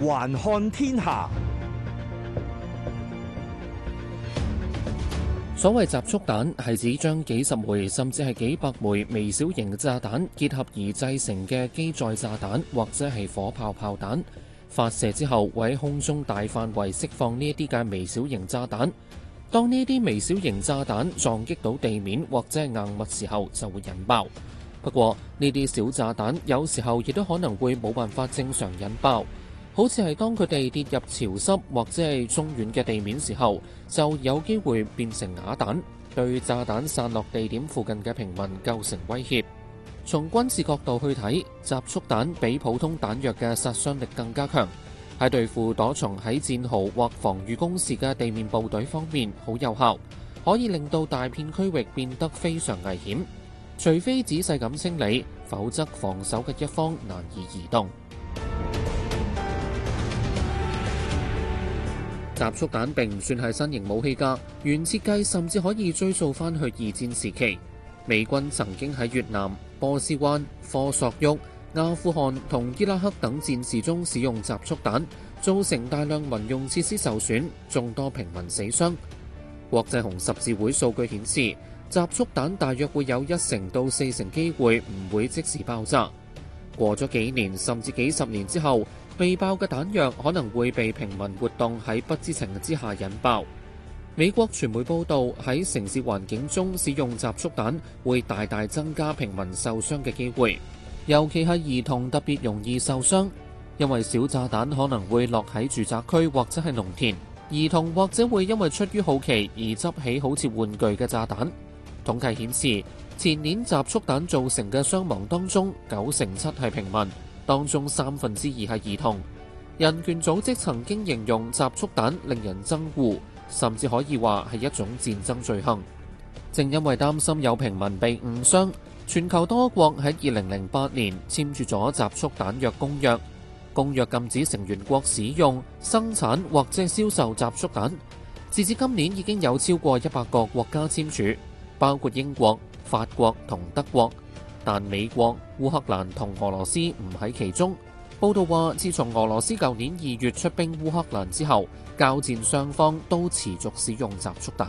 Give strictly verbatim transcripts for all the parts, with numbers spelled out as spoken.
環看天下。 所謂集束彈係指將幾十枚甚至係幾百枚微小型炸彈結合而製成嘅機載炸彈或者係火炮炮彈，發射之後會喺空中大範圍釋放呢一啲嘅微小型炸彈。當呢啲微小型炸彈撞擊到地面或者係硬物時候，就會引爆。不過呢啲小炸彈有時候亦都可能會冇辦法正常引爆，好似係當佢哋跌入潮濕或者係中軟嘅地面時候，就有機會變成啞彈，對炸彈散落地點附近嘅平民構成威脅。從軍事角度去睇，集束彈比普通彈藥嘅殺傷力更加強，喺對付躲藏喺戰壕或防禦工事嘅地面部隊方面好有效，可以令到大片區域變得非常危險。除非仔細咁清理，否則防守嘅一方難以移動。集束彈並唔算係新型武器㗎，原設計甚至可以追溯翻去二戰時期。美軍曾經喺越南、波斯灣、科索沃、阿富汗同伊拉克等戰事中使用集束彈，造成大量民用設施受損，眾多平民死傷。國際紅十字會數據顯示，集束彈大約會有一成到四成機會唔會即時爆炸。過咗幾年甚至幾十年之後，未爆嘅彈藥可能會被平民活動喺不知情之下引爆。美國傳媒報道，喺城市環境中使用集束彈會大大增加平民受傷嘅機會，尤其係兒童特別容易受傷，因為小炸彈可能會落喺住宅區或者係農田，兒童或者會因為出於好奇而執起好似玩具嘅炸彈。統計顯示，前年集束彈造成嘅傷亡當中，九成七係平民，當中三分之二係兒童。人權組織曾經形容集束彈令人憎惡，甚至可以話係一種戰爭罪行。正因為擔心有平民被誤傷，全球多國喺二零零八年簽署咗集束彈藥公約，公約禁止成員國使用、生產或者銷售集束彈。截至今年已經有超過一百個國家簽署，包括英國、法國同德國，但美國、烏克蘭同俄羅斯唔喺其中。報道話，自從俄羅斯舊年二月出兵烏克蘭之後，交戰雙方都持續使用集束彈。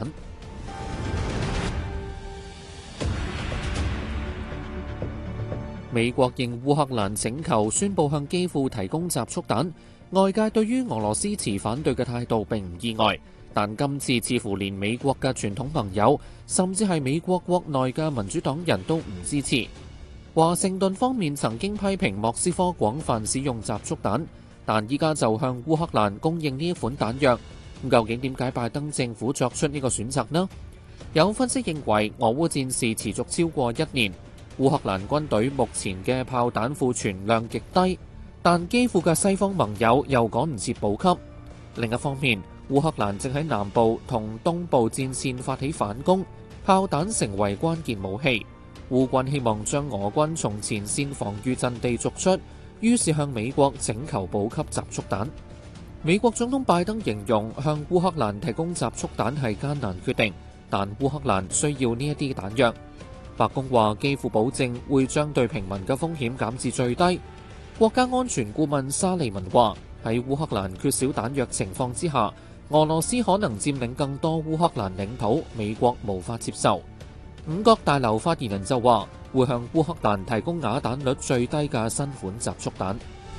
美國應烏克蘭請求宣布向基輔提供集束彈，外界對於俄羅斯持反對嘅態度並唔意外，但今次似乎連美國嘅傳統盟友，甚至係美國國內嘅民主黨人都唔支持。華盛頓方面曾經批評莫斯科廣泛使用集束彈，但依家就向烏克蘭供應呢一款彈藥。究竟點解拜登政府作出呢個選擇呢？有分析認為，俄烏戰事持續超過一年，烏克蘭軍隊目前嘅炮彈庫存量極低，但基輔嘅西方盟友又趕唔切補給。另一方面，烏克蘭正喺南部同東部戰線發起反攻，炮彈成為關鍵武器。烏軍希望將俄軍從前線防禦陣地逐出，於是向美國請求補給集束彈。美國總統拜登形容向烏克蘭提供集束彈係艱難決定，但烏克蘭需要呢一啲彈藥。白宮話幾乎保證會將對平民嘅風險減至最低。國家安全顧問沙利文話，喺烏克蘭缺少彈藥情況之下，俄羅斯可能佔領更多烏克蘭領土，美國無法接受。五角大樓發言人就話，會向烏克蘭提供啞彈率最低嘅新款集束彈。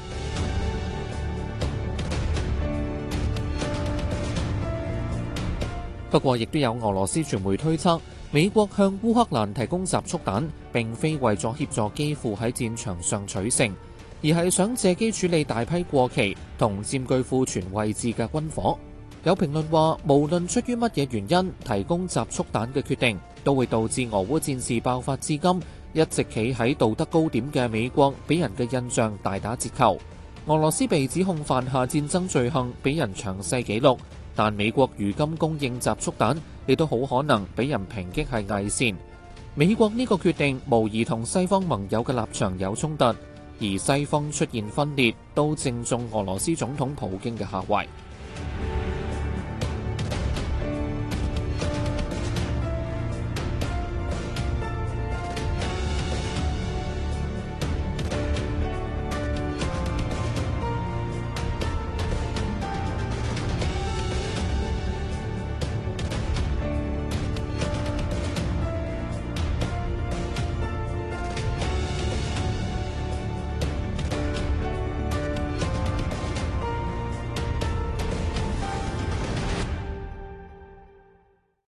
不過，亦都有俄羅斯傳媒推測，美國向烏克蘭提供集束彈，並非為咗協助基輔喺戰場上取勝，而係想借機處理大批過期同佔據庫存位置嘅軍火。有評論話，無論出於乜嘢原因，提供集束彈嘅決定都會導致俄烏戰事爆發至今一直企喺道德高點嘅美國俾人嘅印象大打折扣。俄羅斯被指控犯下戰爭罪行，俾人詳細記錄，但美國如今供應集束彈，亦都好可能俾人抨擊係偽善。美國呢個決定無疑同西方盟友嘅立場有衝突，而西方出現分裂，都正中俄羅斯總統普京嘅下懷。